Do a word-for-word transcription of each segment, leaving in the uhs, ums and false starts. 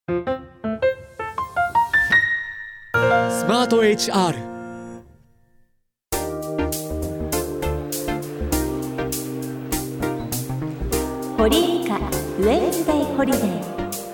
スマート エイチアール。 堀井美香ウェンズデイホリデー。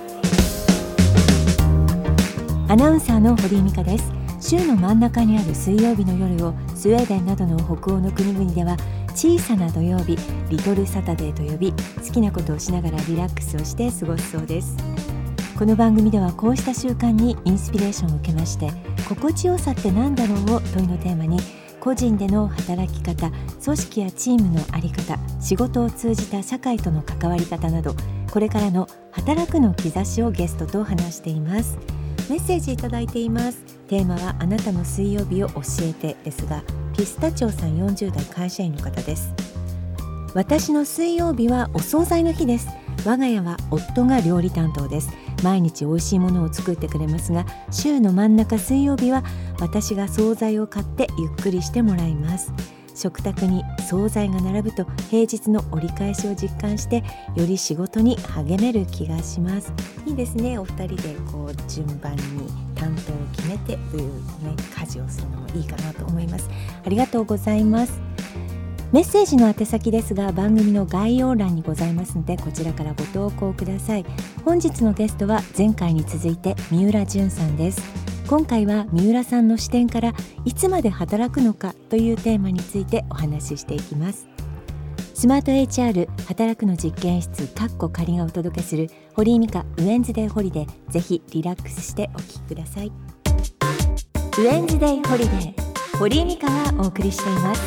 アナウンサーの堀井美香です。週の真ん中にある水曜日の夜をスウェーデンなどの北欧の国々では小さな土曜日、リトルサタデーと呼び、好きなことをしながらリラックスをして過ごすそうです。この番組ではこうした習慣にインスピレーションを受けまして、心地よさって何だろうを問いのテーマに、個人での働き方、組織やチームの在り方、仕事を通じた社会との関わり方など、これからの働くの兆しをゲストと話しています。メッセージいただいています。テーマはあなたの水曜日を教えてですが、ピスタチオさんよんじゅう代会社員の方です。私の水曜日はお惣菜の日です。我が家は夫が料理担当です。毎日美味しいものを作ってくれますが、週の真ん中水曜日は私が惣菜を買ってゆっくりしてもらいます。食卓に惣菜が並ぶと平日の折り返しを実感して、より仕事に励める気がします。いいですね。お二人でこう順番に担当を決めてという、ね、家事をするのもいいかなと思います。ありがとうございます。メッセージの宛先ですが、番組の概要欄にございますので、こちらからご投稿ください。本日のゲストは前回に続いて三浦淳さんです。今回は三浦さんの視点からいつまで働くのかというテーマについてお話ししていきます。スマート エイチアール 働くの実験室かっこ仮がお届けする堀井美香ウェンズデイホリデー。ぜひリラックスしてお聞きください。ウェンズデイホリデー、堀井美香がお送りしています。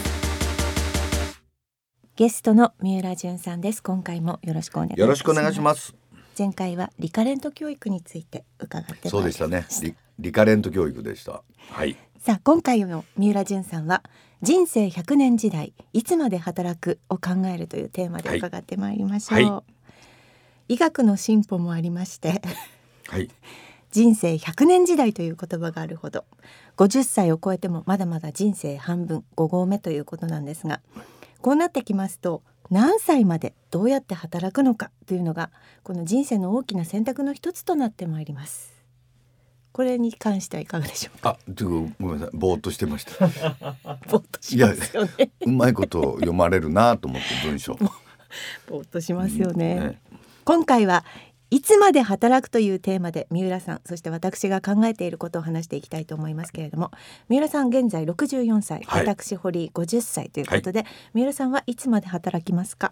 ゲストの三浦淳さんです。今回もよろしくお願いします。 よろしくお願いします。 前回はリカレント教育について伺ってまいりました。 そうでしたね。 リ, リカレント教育でした。はい。 さあ、今回の三浦淳さんは人生ひゃくねん時代いつまで働くを考えるというテーマで伺ってまいりましょう。はいはい、医学の進歩もありまして、はい、人生ひゃくねん時代という言葉があるほど、ごじゅっさいを超えてもまだまだ人生半分、ご合目ということなんですが、こうなってきますと、何歳までどうやって働くのかというのがこの人生の大きな選択の一つとなってまいります。これに関してはいかがでしょうか。 あ、ちょっとごめんなさい、ぼーっとしてましたぼーっとしますよね。 いや、うまいこと読まれるなと思って文章ぼーっとしますよね、 うんね。 今回はいつまで働くというテーマで三浦さん、そして私が考えていることを話していきたいと思いますけれども、三浦さん現在ろくじゅうよんさい、はい、私堀ごじゅっさいということで、はい、三浦さんはいつまで働きますか。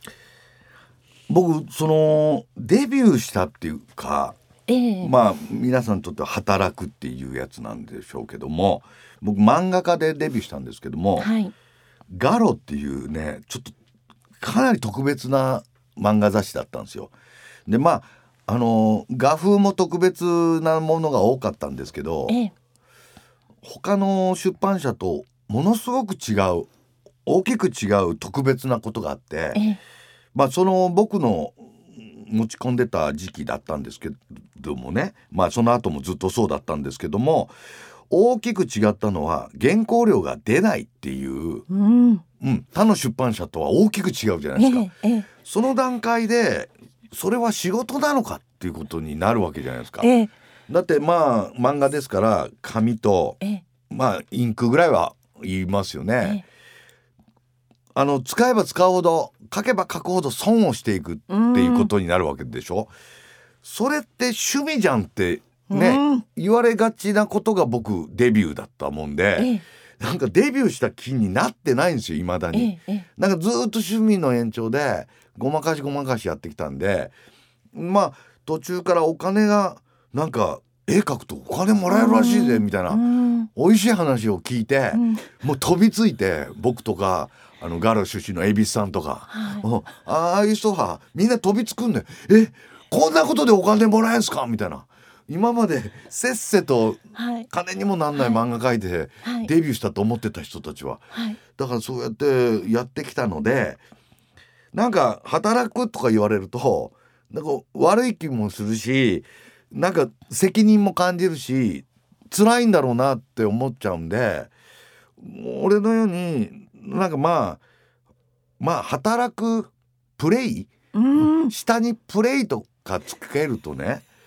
僕そのデビューしたっていうか、えー、まあ皆さんにとっては働くっていうやつなんでしょうけども、僕漫画家でデビューしたんですけども、はい、ガロっていうね、ちょっとかなり特別な漫画雑誌だったんですよ。で、まああの画風も特別なものが多かったんですけど、ええ、他の出版社とものすごく違う、大きく違う特別なことがあって、え、まあその僕の持ち込んでた時期だったんですけどもね、まあその後もずっとそうだったんですけども、大きく違ったのは原稿料が出ないっていう、うんうん、他の出版社とは大きく違うじゃないですか、ええ、その段階でそれは仕事なのかっていうことになるわけじゃないですか、え、だってまあ漫画ですから紙と、まあインクぐらいは言いますよね、あの使えば使うほど、書けば書くほど損をしていくっていうことになるわけでしょ。それって趣味じゃんってね、言われがちなことが僕デビューだったもんで、ええ、なんかデビューした気になってないんですよ、未だに、ええ、なんかずっと趣味の延長でごまかしごまかしやってきたんで、まあ途中からお金がなんか絵描くとお金もらえるらしいぜみたいな美味しい話を聞いて、もう飛びついて、僕とかあのガロ出身の蛭子さんとか、はい、ああいう人はみんな飛びつくんで、えこんなことでお金もらえるんすかみたいな。今までせっせと金にもなんない漫画描いてデビューしたと思ってた人たちは、はい、だからそうやってやってきたので、なんか働くとか言われるとなんか悪い気もするし、なんか責任も感じるし辛いんだろうなって思っちゃうんで、俺のようになんかまあまあ働くプレイ、うん、下にプレイとかつけるとね、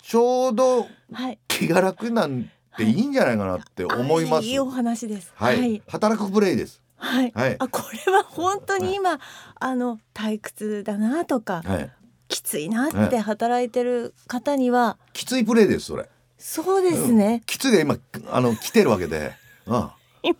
ちょうど気が楽なんていいんじゃないかなって思います、はい、 いいお話です、 はい、はい、働くプレイです。 はい、はい、あこれは本当に今、はい、あの退屈だなとか、はい、きついなって働いてる方には、はい、 きついプレイですそれ。 そうですね、うん、 きついが今あの来てるわけで、うん、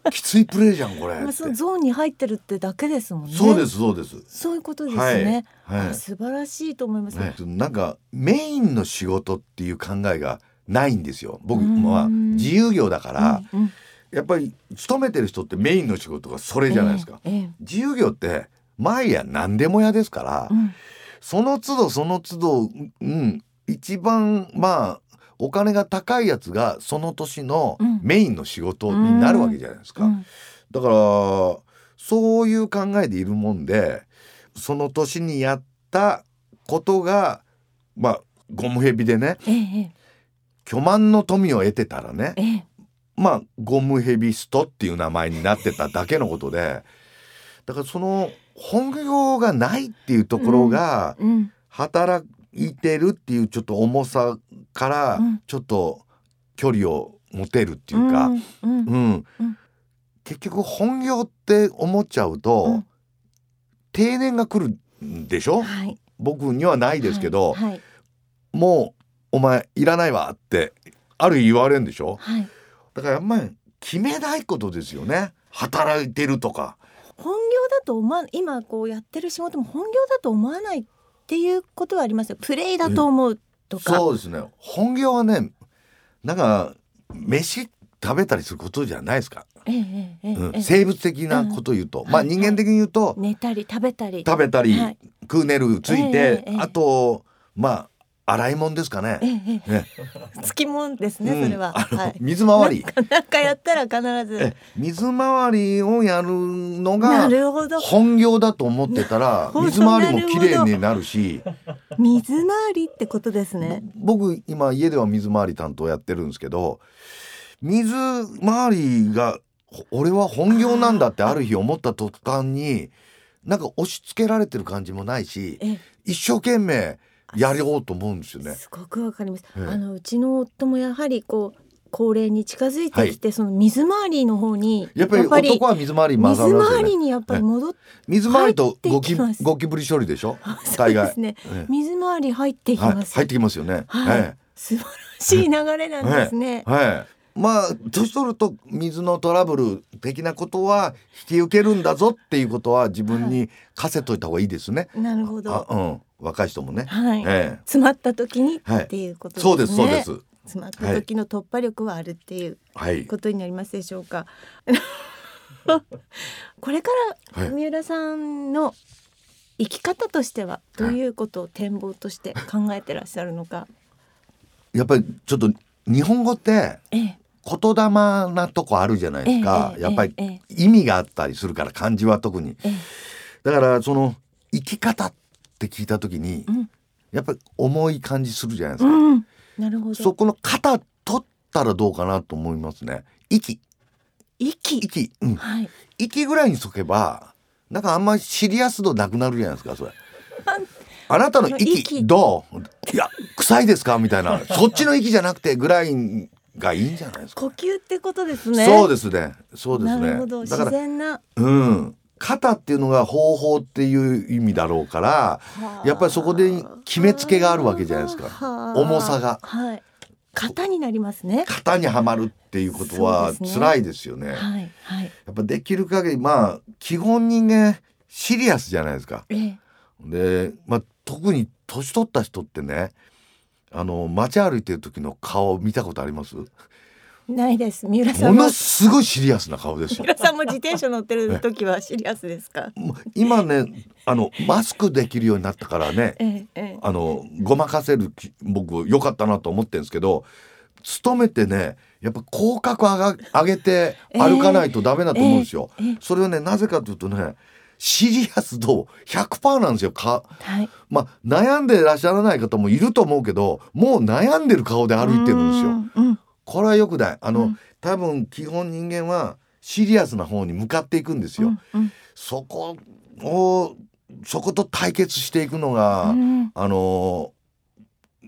きついプレイじゃんこれ。 そのゾーンに入ってるってだけですもんね。 そうですそうです。 そういうことですね、 はいはい、 素晴らしいと思います、ね、 なんかメインの仕事っていう考えがないんですよ僕は。自由業だから、うんうん、やっぱり勤めてる人ってメインの仕事がそれじゃないですか、えーえー、自由業って毎夜何でも屋ですから、うん、その都度その都度、うん、一番まあお金が高いやつがその年のメインの仕事になるわけじゃないですか、うんうん、だからそういう考えでいるもんでその年にやったことがまあゴムヘビでね、えー、巨万の富を得てたらね、えーまあゴムヘビストっていう名前になってただけのことでだからその本業がないっていうところが働いてるっていうちょっと重さからちょっと距離を持てるっていうか、うんうんうんうん、結局本業って思っちゃうと、うん、定年が来るんでしょ、はい、僕にはないですけど、はいはい、もうお前いらないわってある言われるんでしょ、はい、だからやっぱり決めないことですよね。働いてるとか本業だと思わ今こうやってる仕事も本業だと思わないっていうことはありますよ。プレイだと思うとか。 そうですね。本業はねなんか飯食べたりすることじゃないですか、ええええうん、生物的なこと言うと、うん、まあ人間的に言うと、はいはい、 寝たり食べたり食べたり、はい、食う寝るついて、ええええ、あとまあ洗い物ですかね。ええねつきもんですね、うん、それは、はい、 水回りなんかやったら必ず水回りをやるのが本業だと思ってたら水回りもきれいになるし水回りってことですね。 僕今家では水回り担当やってるんですけど水回りが俺は本業なんだってある日思った途端になんか押し付けられてる感じもないし一生懸命やろうと思うんですよね。 すごくわかります、ええ、あのうちの夫もやはりこう高齢に近づいてきて、はい、その水回りの方にやっぱり男は水回り混ざるんですよね。 水回りにやっぱり戻って、 ええ、水回りとゴキゴキブリ処理でしょそうですね、ええ、水回り入ってきます、はい、 入ってきますよね、 はいええ、素晴らしい流れなんですね、 ええはい、まあ年取ると水のトラブル的なことは引き受けるんだぞっていうことは自分に課せといた方がいいですね、 はい、なるほどあ、うん、若い人もね、 はいええ、詰まった時にっていうことですね、はい、 そうですそうです。 詰まった時の突破力はあるっていうことになりますでしょうか、はい、これから三浦さんの生き方としてはどういうことを展望として考えてらっしゃるのか。 やっぱりちょっと日本語って、ええ言霊なとこあるじゃないですか、ええ、やっぱり意味があったりするから漢字は特に、ええ、だからその生き方って聞いた時に、うん、やっぱり重い感じするじゃないですか、うん、 なるほど。 そこの肩取ったらどうかなと思いますね。息息息、うんはい、息ぐらいにしとけばなんかあんまりシリアス度なくなるじゃないですかそれあなたの息どういや臭いですかみたいなそっちの息じゃなくてぐらいがいいんじゃないですか。 呼吸ってことですね。 そうですねそうですね。 なるほど自然な、 うん肩っていうのが方法っていう意味だろうからやっぱりそこで決めつけがあるわけじゃないですか。重さが、 はい、肩になりますね。 肩にはまるっていうことは辛いですよね。はいはい、やっぱできる限りまあ基本人間シリアスじゃないですか、ええ、で、まあ、特に年取った人ってねあの街歩いてる時の顔見たことあります？ ないです。三浦さんものすごいシリアスな顔ですよ。 三浦さんも自転車乗ってる時はシリアスですか？ 今ねあのマスクできるようになったからね、ええ、あのごまかせる僕良かったなと思ってるんですけど勤めてねやっぱ口角上げて歩かないとダメだと思うんですよ、えええ、それはねなぜかというとねシリアス度 ひゃくパーセント なんですよか、はい、まあ悩んでいらっしゃらない方もいると思うけどもう悩んでる顔で歩いてるんですよ、うん、これはよくないあの、うん、多分基本人間はシリアスな方に向かっていくんですよ、うんうん、そこをそこと対決していくのが、うん、あの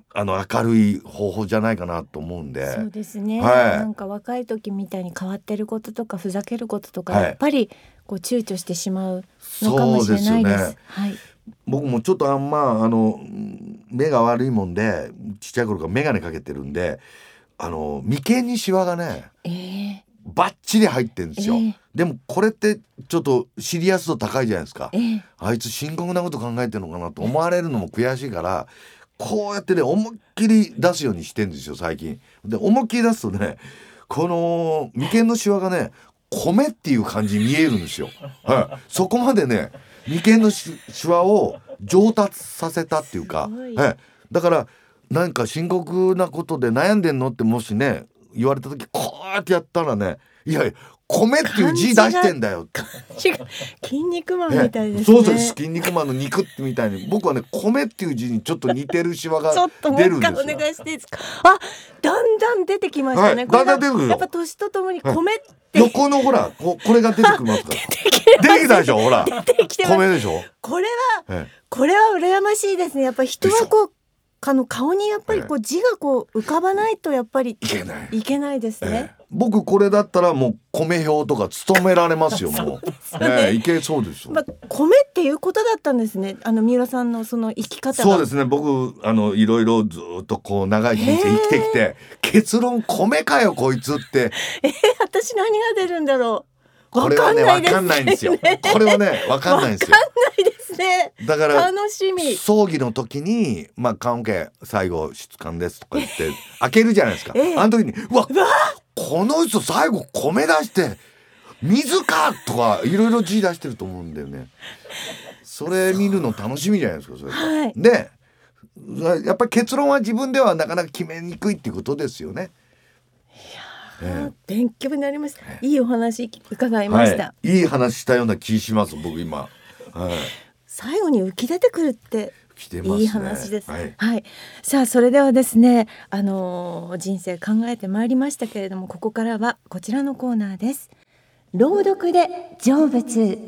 あの明るい方法じゃないかなと思うんで。 そうですね、 はい、 なんか若い時みたいに変わってることとかふざけることとか、 はい、 やっぱりこう躊躇してしまうのかもしれないです。 そうですよね、 はい、 僕もちょっとあんまあの目が悪いもんでちっちゃい頃から眼鏡かけてるんで、あの眉間にシワがね、えー、バッチリ入ってるんですよ、えー、でもこれってちょっとシリアス度高いじゃないですか、えー、あいつ深刻なこと考えてるのかなと思われるのも悔しいからこうやってね思いっきり出すようにしてんですよ最近で。思いっきり出すとねこの眉間のシワがね米っていう感じに見えるんですよ、はい、そこまでね眉間のシワを上達させたっていうか、はい、だからなんか深刻なことで悩んでんのってもしね言われた時こうやってやったらね、いやいや米っていう字出してんだよ違う筋肉マンみたいですね。 そうです、筋肉マンの肉ってみたいに僕はね米っていう字にちょっと似てるシワが出るんですよ。ちょっともう一回お願いしていいですか。あ、だんだん出てきましたね、はい、 だんだん出てくるよ。 やっぱ年とともに米って、 はい、横のほら こ, これが出てきますから出てき出てきたでしょほら出てきてます。米でしょ。これは、はい、これは羨ましいですね。やっぱり人はこうあの顔にやっぱりこう字がこう浮かばないとやっぱりいけない、いけないですね、えー、 僕これだったらもう米表とか務められますよもうそうですね、えー、いけそうですよ、 まあ、米っていうことだったんですね、あの三浦さんのその生き方が。 そうですね、僕あのいろいろずっとこう長い人生生きてきて、えー、結論米かよこいつってえー、私何が出るんだろう。 これはね分かんないんですよ。これはね分かんないんですよ。 分かんないですね。 だから楽しみ。 葬儀の時にまあ棺桶最後出棺ですとか言って開けるじゃないですか、ええ、あの時にうわこの人最後米出して水かとかいろいろ字出してると思うんだよね。それ見るの楽しみじゃないですかそれ、はい、でやっぱり結論は自分ではなかなか決めにくいっていうことですよね。 えー、勉強になりました。いいお話伺いました、はい、いい話したような気します僕今、はい、 最後に浮き出てくるっていい話です、 はいはい、さあそれではですね、あのー、人生考えてまいりましたけれども、ここからはこちらのコーナーです。朗読で成仏。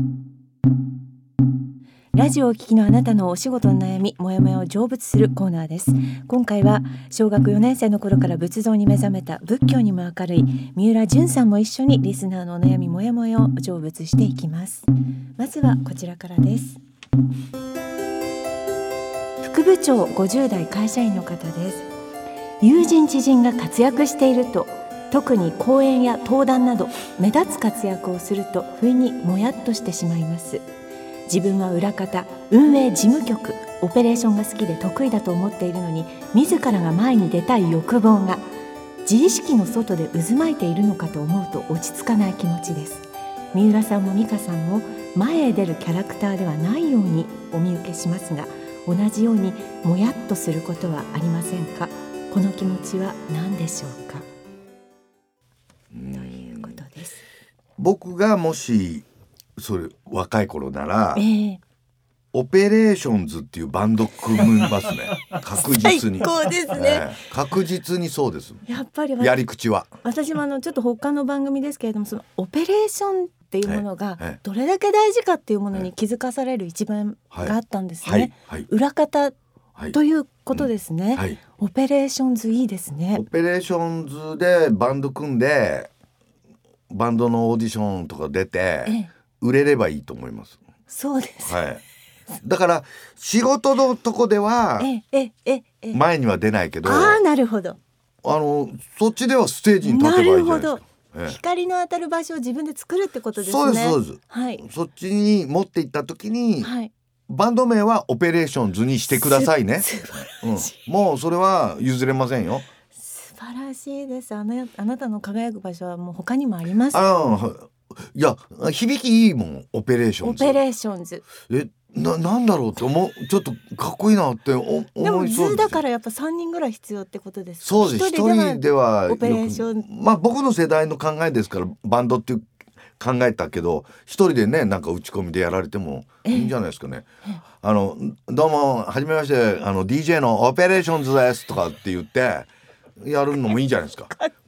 ラジオをお聞きのあなたのお仕事の悩み、もやもやを成仏するコーナーです。今回は小学よねん生の頃から仏像に目覚めた仏教にも明るい三浦淳さんも一緒にリスナーのお悩みもやもやを成仏していきます。まずはこちらからです。副部長ごじゅう代会社員の方です。友人知人が活躍していると、特に講演や登壇など目立つ活躍をすると不意にもやっとしてしまいます。自分は裏方、運営事務局、オペレーションが好きで得意だと思っているのに、自らが前に出たい欲望が自意識の外で渦巻いているのかと思うと落ち着かない気持ちです。三浦さんも美香さんも前へ出るキャラクターではないようにお見受けしますが、同じようにもやっとすることはありませんか。この気持ちは何でしょうか。ということです。 僕がもしそれ若い頃なら、えー、オペレーションズっていうバンド組みますね確実に。 最高ですね、 えー、確実にそうです。 やっぱりやり口は私もあのちょっと他の番組ですけれども、そのオペレーションっていうものがどれだけ大事かっていうものに気づかされる一番があったんですね、はいはいはい、裏方ということですね、はいはい、オペレーションズいいですね。 オペレーションズでバンド組んでバンドのオーディションとか出て、ええ、売れればいいと思います。 そうです、 はい、だから仕事のとこでは前には出ないけど、 あーなるほど、 あのそっちではステージに立てばいいじゃないですか。 ええ、光の当たる場所を自分で作るってことですね。 そうですそうです、はい、そっちに持っていった時に、はい、バンド名はオペレーションズにしてくださいね。うん、もうそれは譲れませんよ。 素晴らしいです。あのあなたの輝く場所はもう他にもあります。 あいや響きいいもん、オペレーションズ。 オペレーションズえ な, なんだろうって思う、ちょっとかっこいいなって思いそうです。 でも図だからやっぱさんにんぐらい必要ってことですか。 そうです、ひとりではオペレーション、 まあ僕の世代の考えですからバンドっていう考えたけど、一人でねなんか打ち込みでやられてもいいんじゃないですかね。あのどうもはじめまして、あの ディージェー のオペレーションズですとかって言ってやるのもいいんじゃないですか。 かっこいい。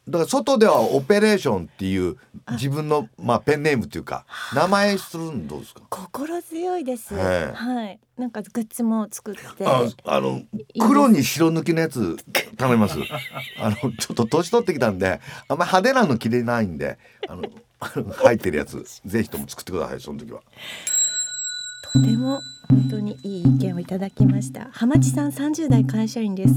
だから外ではオペレーションっていう自分の、まあ、ペンネームっていうか名前するのどうですか？ 心強いです、はい、なんかグッズも作って、 ああの黒に白抜きのやつ頼みますあのちょっと年取ってきたんであんまり派手なの着れないんであの入ってるやつぜひとも作ってください。その時はとても本当にいい意見をいただきました。浜地さんさんじゅう代会社員です。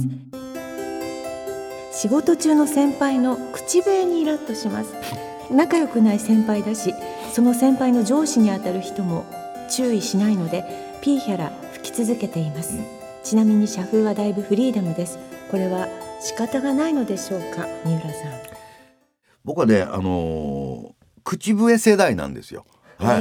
仕事中の先輩の口笛にイラッとします。仲良くない先輩だし、その先輩の上司にあたる人も注意しないのでピーヒャラ吹き続けています。ちなみに社風はだいぶフリーダムです。これは仕方がないのでしょうか？三浦さん。 僕はね、あのー、口笛世代なんですよ。はい、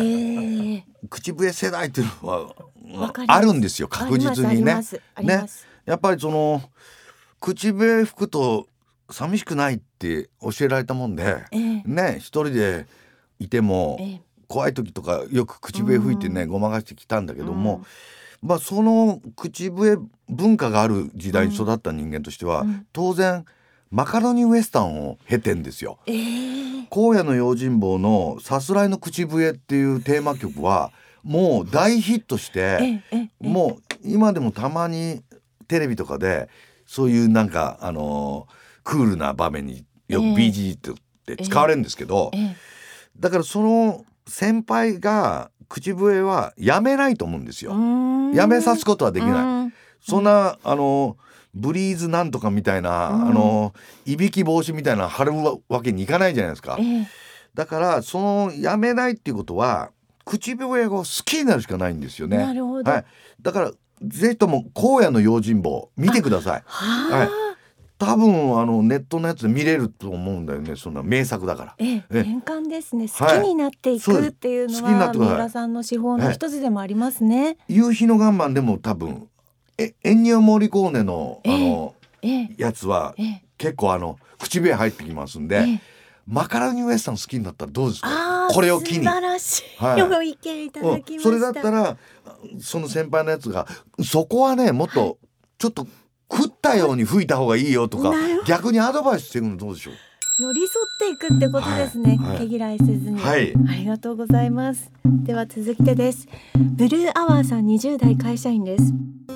口笛世代っていうのはあるんですよ、確実にね。ね、やっぱりその口笛吹くと寂しくないって教えられたもんで、えー、ね、一人でいても、えー、怖い時とかよく口笛吹いてね、うん、ごまかしてきたんだけども、うん、まあその口笛文化がある時代に育った人間としては、うん、当然マカロニウエスタンを経てんですよ。えー、荒野の用心棒のさすらいの口笛っていうテーマ曲はもう大ヒットして、えー、もう今でもたまにテレビとかでそういうなんかあのー、クールな場面によく ビージー って使われるんですけど、えーえー、だからその先輩が口笛はやめないと思うんですよ。やめさすことはできない。そんなあのブリーズなんとかみたいな、あのいびき防止みたいな貼るわけにいかないじゃないですか。えー、だからそのやめないっていうことは口笛を好きになるしかないんですよね。 なるほど、 はい、だからぜひとも荒野の用心棒見てください。はい、多分あのネットのやつで見れると思うんだよね。そんな名作だから。 ええ、年間ですね。好きになっていくっていうのは、はい、三浦さんの手法の一つでもありますね。はい、 夕日の岩盤でも多分えエンニオ・モリコーネのあの、ええ、やつは、え、結構あの口笛入ってきますんで、え、マカロニウエスタン好きになったらどうですか？これを機に。 素晴らしい、はい、ご意見いただきました。 それだったらその先輩のやつがそこはねもっとちょっと食ったように吹いた方がいいよとか、逆にアドバイスしていくのどうでしょう？ 寄り添っていくってことですね。はいはい、毛嫌いせずに、はい、ありがとうございます。では続いてです。ブルーアワーさんにじゅう代会社員です。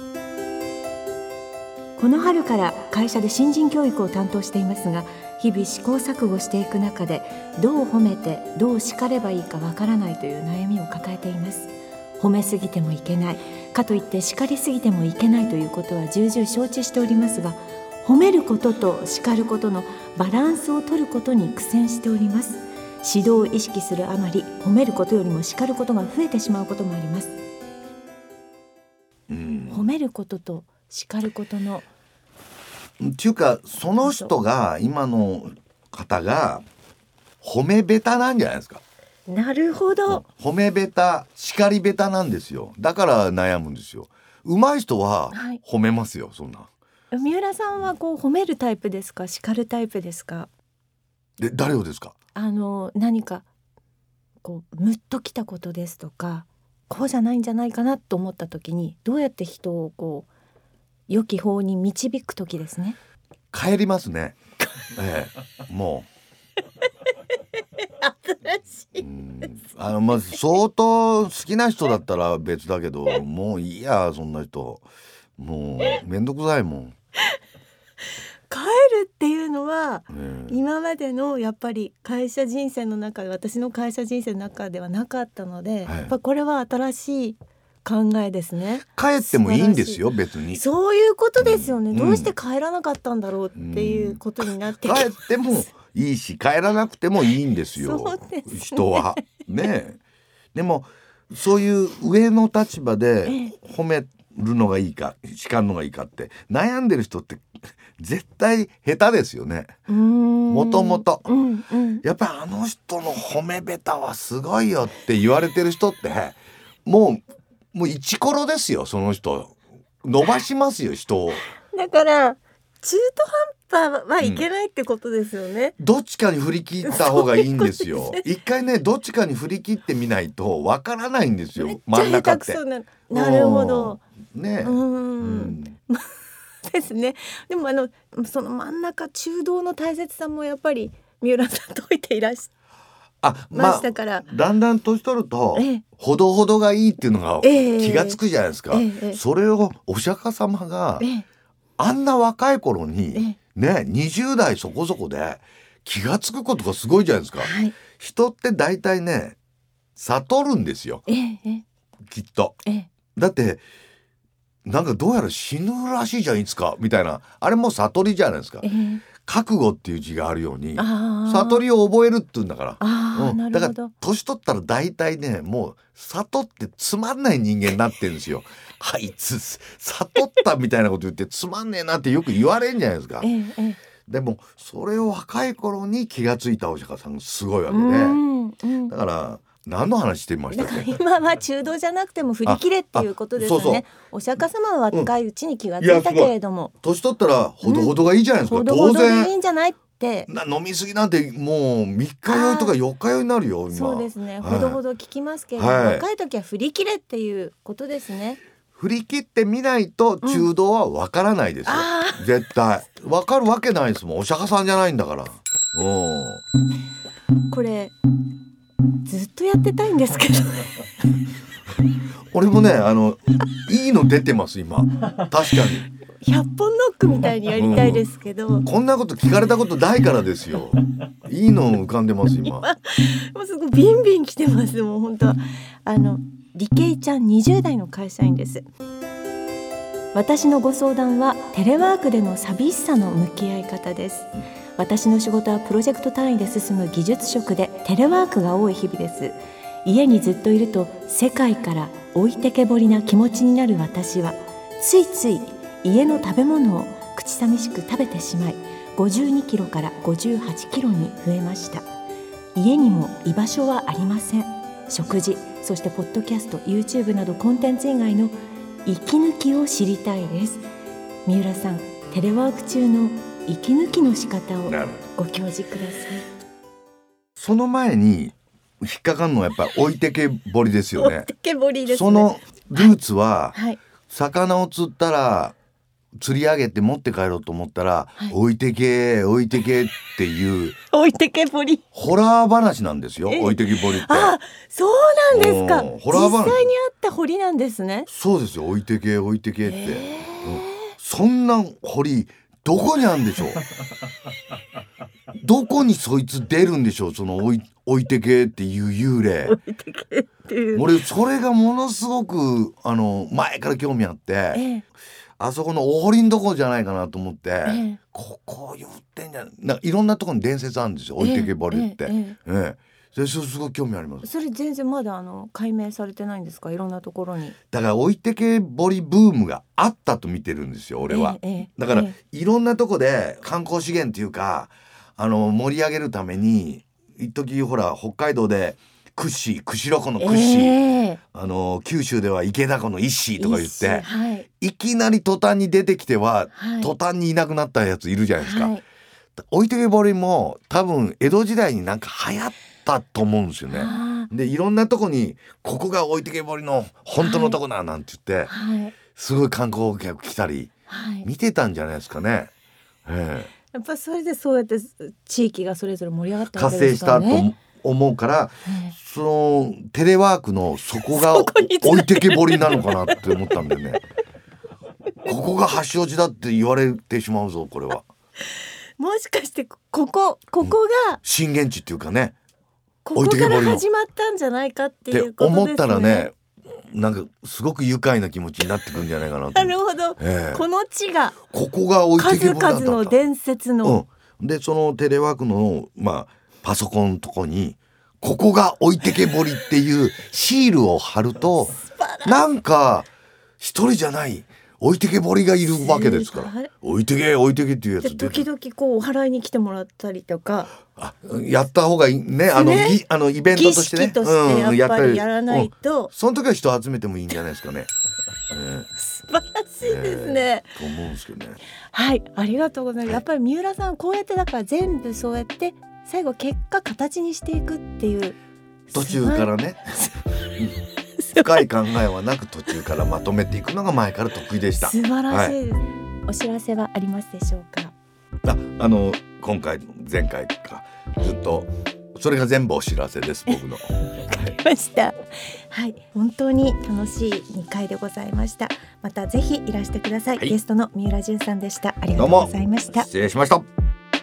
この春から会社で新人教育を担当していますが、日々試行錯誤していく中でどう褒めてどう叱ればいいかわからないという悩みを抱えています。褒めすぎてもいけないかといって叱りすぎてもいけないということは重々承知しておりますが、褒めることと叱ることのバランスを取ることに苦戦しております。指導を意識するあまり褒めることよりも叱ることが増えてしまうこともあります。うん、褒めることと叱ることのっていうか、その人が今の方が褒めベタなんじゃないですか。 なるほど。 褒めベタ叱りベタなんですよ。だから悩むんですよ。上手い人は褒めますよ、はい、そんな。 三浦さんはこう褒めるタイプですか、叱るタイプですか？ で誰をですか？ あの何かこうムッときたことですとか、こうじゃないんじゃないかなと思った時にどうやって人をこう良き方に導く時ですね。 帰りますね、ええ、もう新しいです。 あの、まあ、相当好きな人だったら別だけどもういいや、そんな人もうめんどくさいもん。 帰るっていうのは、ね、今までのやっぱり会社人生の中で、私の会社人生の中ではなかったので、はい、やっぱこれは新しい考えですね。 帰ってもいいんですよ、別に。 そういうことですよね、うん、どうして帰らなかったんだろうっていうことになってきます、 うん、帰ってもいいし帰らなくてもいいんですよ。そうですね、人はね。でもそういう上の立場で褒めるのがいいか叱るのがいいかって悩んでる人って絶対下手ですよね。もともとやっぱりあの人の褒めベタはすごいよって言われてる人ってもうもうイチコロですよ。その人伸ばしますよ、人を。 だから中途半端はいけないってことですよね、 うん、どっちかに振り切った方がいいんですよ。一回ね、どっちかに振り切ってみないとわからないんですよ、真ん中って。 な, なるほどね、うん、 ですね。でもあのその真ん中中道の大切さもやっぱり三浦さん解いていらっしゃいましたから、 まあ、だんだん年取ると、ええ、ほどほどがいいっていうのが気がつくじゃないですか、ええ、それをお釈迦様が、ええ、あんな若い頃に、ええ、ね、にじゅう代そこそこで気がつくことがすごいじゃないですか、はい、人って大体ね悟るんですよ、ええ、きっと、ええ、だってなんかどうやら死ぬらしいじゃんいつかみたいな、あれも悟りじゃないですか、ええ、覚悟っていう字があるように悟りを覚えるって言うんだから、うん、だから年取ったら大体ねもう悟ってつまんない人間になってるんですよあいつ悟ったみたいなこと言ってつまんねえなってよく言われるんじゃないですか、ええ、でもそれを若い頃に気がついたお釈迦さんがすごいわけで、うんうん、だから何の話してましたっけ。 今は中道じゃなくても振り切れっていうことですよね。そうそう、お釈迦様は若いうちに気がついたけれども、 うん、年取ったらほどほどがいいじゃないですか、うん、当然ほどほどでいいんじゃないってな、飲みすぎなんてもうみっか酔いとかよっか酔いになるよ今。 そうですね、はい、ほどほど聞きますけれども、はい、若い時は振り切れっていうことですね。 振り切ってみないと中道はわからないですよ、うん、絶対わかるわけないですもん、お釈迦さんじゃないんだから。 うん、これずっとやってたいんですけど俺もねあのいいの出てます今確かにひゃっぽんノックみたいにやりたいですけど、 うん、こんなこと聞かれたことないからですよいいの浮かんでます今もうすごいビンビン来てます。もう本当あの理系ちゃんにじゅう代の会社員です。私のご相談はテレワークでの寂しさの向き合い方です。私の仕事はプロジェクト単位で進む技術職でテレワークが多い日々です。家にずっといると世界から置いてけぼりな気持ちになる私はついつい家の食べ物を口寂しく食べてしまいごじゅうにキロからごじゅうはちキロに増えました。家にも居場所はありません。食事、そしてポッドキャスト、YouTube などコンテンツ以外の息抜きを知りたいです。三浦さん、テレワーク中の息抜きの仕方をご教示ください。 その前に引っかかるのはやっぱり置いてけぼりですよね。 置いてけぼりですね。 そのルーツは、はいはい、魚を釣ったら釣り上げて持って帰ろうと思ったら、はい、置いてけ置いてけっていう置いてけぼりホラー話なんですよ。置いてけぼりって。 あ、そうなんですか。ホラー話、実際にあった堀なんですね。 そうですよ、置いてけ置いてけって、うん、そんな堀どこにあるんでしょうどこにそいつ出るんでしょう、その置い、置いてけっていう幽霊。 置いてけっていう、 俺それがものすごくあの前から興味あって、ええ、あそこのお堀んとこじゃないかなと思って、ええ、ここ言ってんじゃない、なんかいろんなとこに伝説あるんですよ、置いてけぼりって、ええええええ、それすごい興味あります。 それ全然まだあの解明されてないんですか、いろんなところに。 だから置いてけぼりブームがあったと見てるんですよ俺は、ええ、だから、ええ、いろんなとこで観光資源っていうかあの盛り上げるために一時ほら北海道で屈指釧路湖の屈指、えー、あの九州では池田湖の一子とか言って、はい、いきなり途端に出てきては、はい、途端にいなくなったやついるじゃないですか、はい、置いてけぼりも多分江戸時代になんか流行ったと思うんですよね。でいろんなとこにここが置いてけぼりの本当のとこだなんて言って、はい、すごい観光客来たり、はい、見てたんじゃないですかね、えーやっぱそれでそうやって地域がそれぞれ盛り上がったわけですからね。 活性したと思うから、はい、そのテレワークのそこが置いてけぼりなのかなって思ったんだよねここが発祥地だって言われてしまうぞこれは。 もしかしてここここが、うん、 震源地っていうかね、 ここから始まったんじゃないかっていうことですね。 思ったらね、なんかすごく愉快な気持ちになってくるんじゃないかなと。 なるほど、えー、この地がここが置いてけぼりだった。 数々の伝説の、 うん、でそのテレワークの、まあ、パソコンのとこにここが置いてけぼりっていうシールを貼るとなんか一人じゃない置いてけぼりがいるわけですから、置いてけ置いてけっていうやつで時々こうお祓いに来てもらったりとか、 あやった方がいいね、あの、ね、あのイベントとしてね、 儀式としてやっぱりやらないと、 うん、その時は人集めてもいいんじゃないですかね、 えー、素晴らしいですね、 えー、と思うんですけどね。 はい、ありがとうございます、はい、やっぱり三浦さんこうやってだから全部そうやって最後結果形にしていくっていう途中からね深い考えはなく途中からまとめていくのが前から得意でした。 素晴らしいです、はい。 お知らせはありますでしょうか？ あ、あの今回前回かずっとそれが全部お知らせです僕の。わかりました。はい、本当に楽しいにかいでございました。またぜひいらしてください、はい、ゲストの三浦淳さんでした。ありがとうございました。 失礼しました。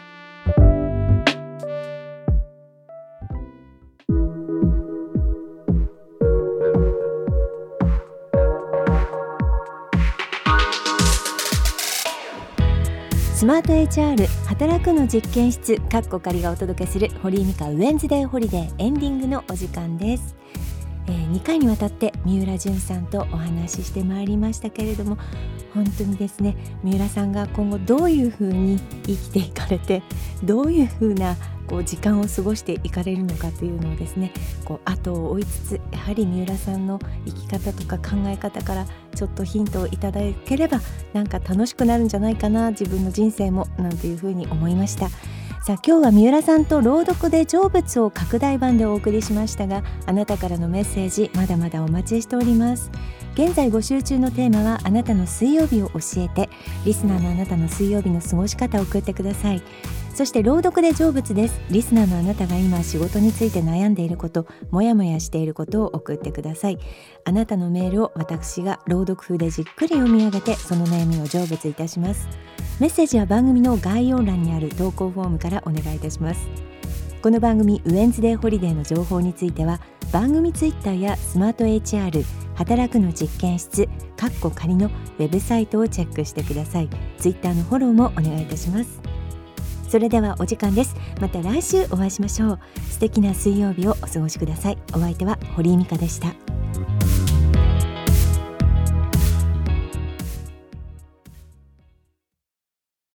スマート エイチアール 働くの実験室かっこ仮がお届けする堀井美香ウェンズデーホリデーエンディングのお時間です。えー、にかいにわたって三浦淳さんとお話ししてまいりましたけれども、本当にですね、三浦さんが今後どういうふうに生きていかれて、どういうふうなこう時間を過ごしていかれるのかというのをですね、こう後を追いつつ、やはり三浦さんの生き方とか考え方からちょっとヒントをいただければ、なんか楽しくなるんじゃないかな、自分の人生も、なんていうふうに思いました。さあ、今日は三浦さんと朗読で成仏を拡大版でお送りしましたが、あなたからのメッセージまだまだお待ちしております。現在募集中のテーマはあなたの水曜日を教えて、リスナーのあなたの水曜日の過ごし方を送ってください。そして朗読で成仏です。リスナーのあなたが今仕事について悩んでいること、もやもやしていることを送ってください。あなたのメールを私が朗読風でじっくり読み上げて、その悩みを成仏いたします。メッセージは番組の概要欄にある投稿フォームからお願いいたします。この番組ウェンズデーホリデーの情報については、番組ツイッターやスマート エイチアール 働くの実験室かっこ仮のウェブサイトをチェックしてください。ツイッターのフォローもお願いいたします。それではお時間です。また来週お会いしましょう。素敵な水曜日をお過ごしください。お相手は堀井美香でした。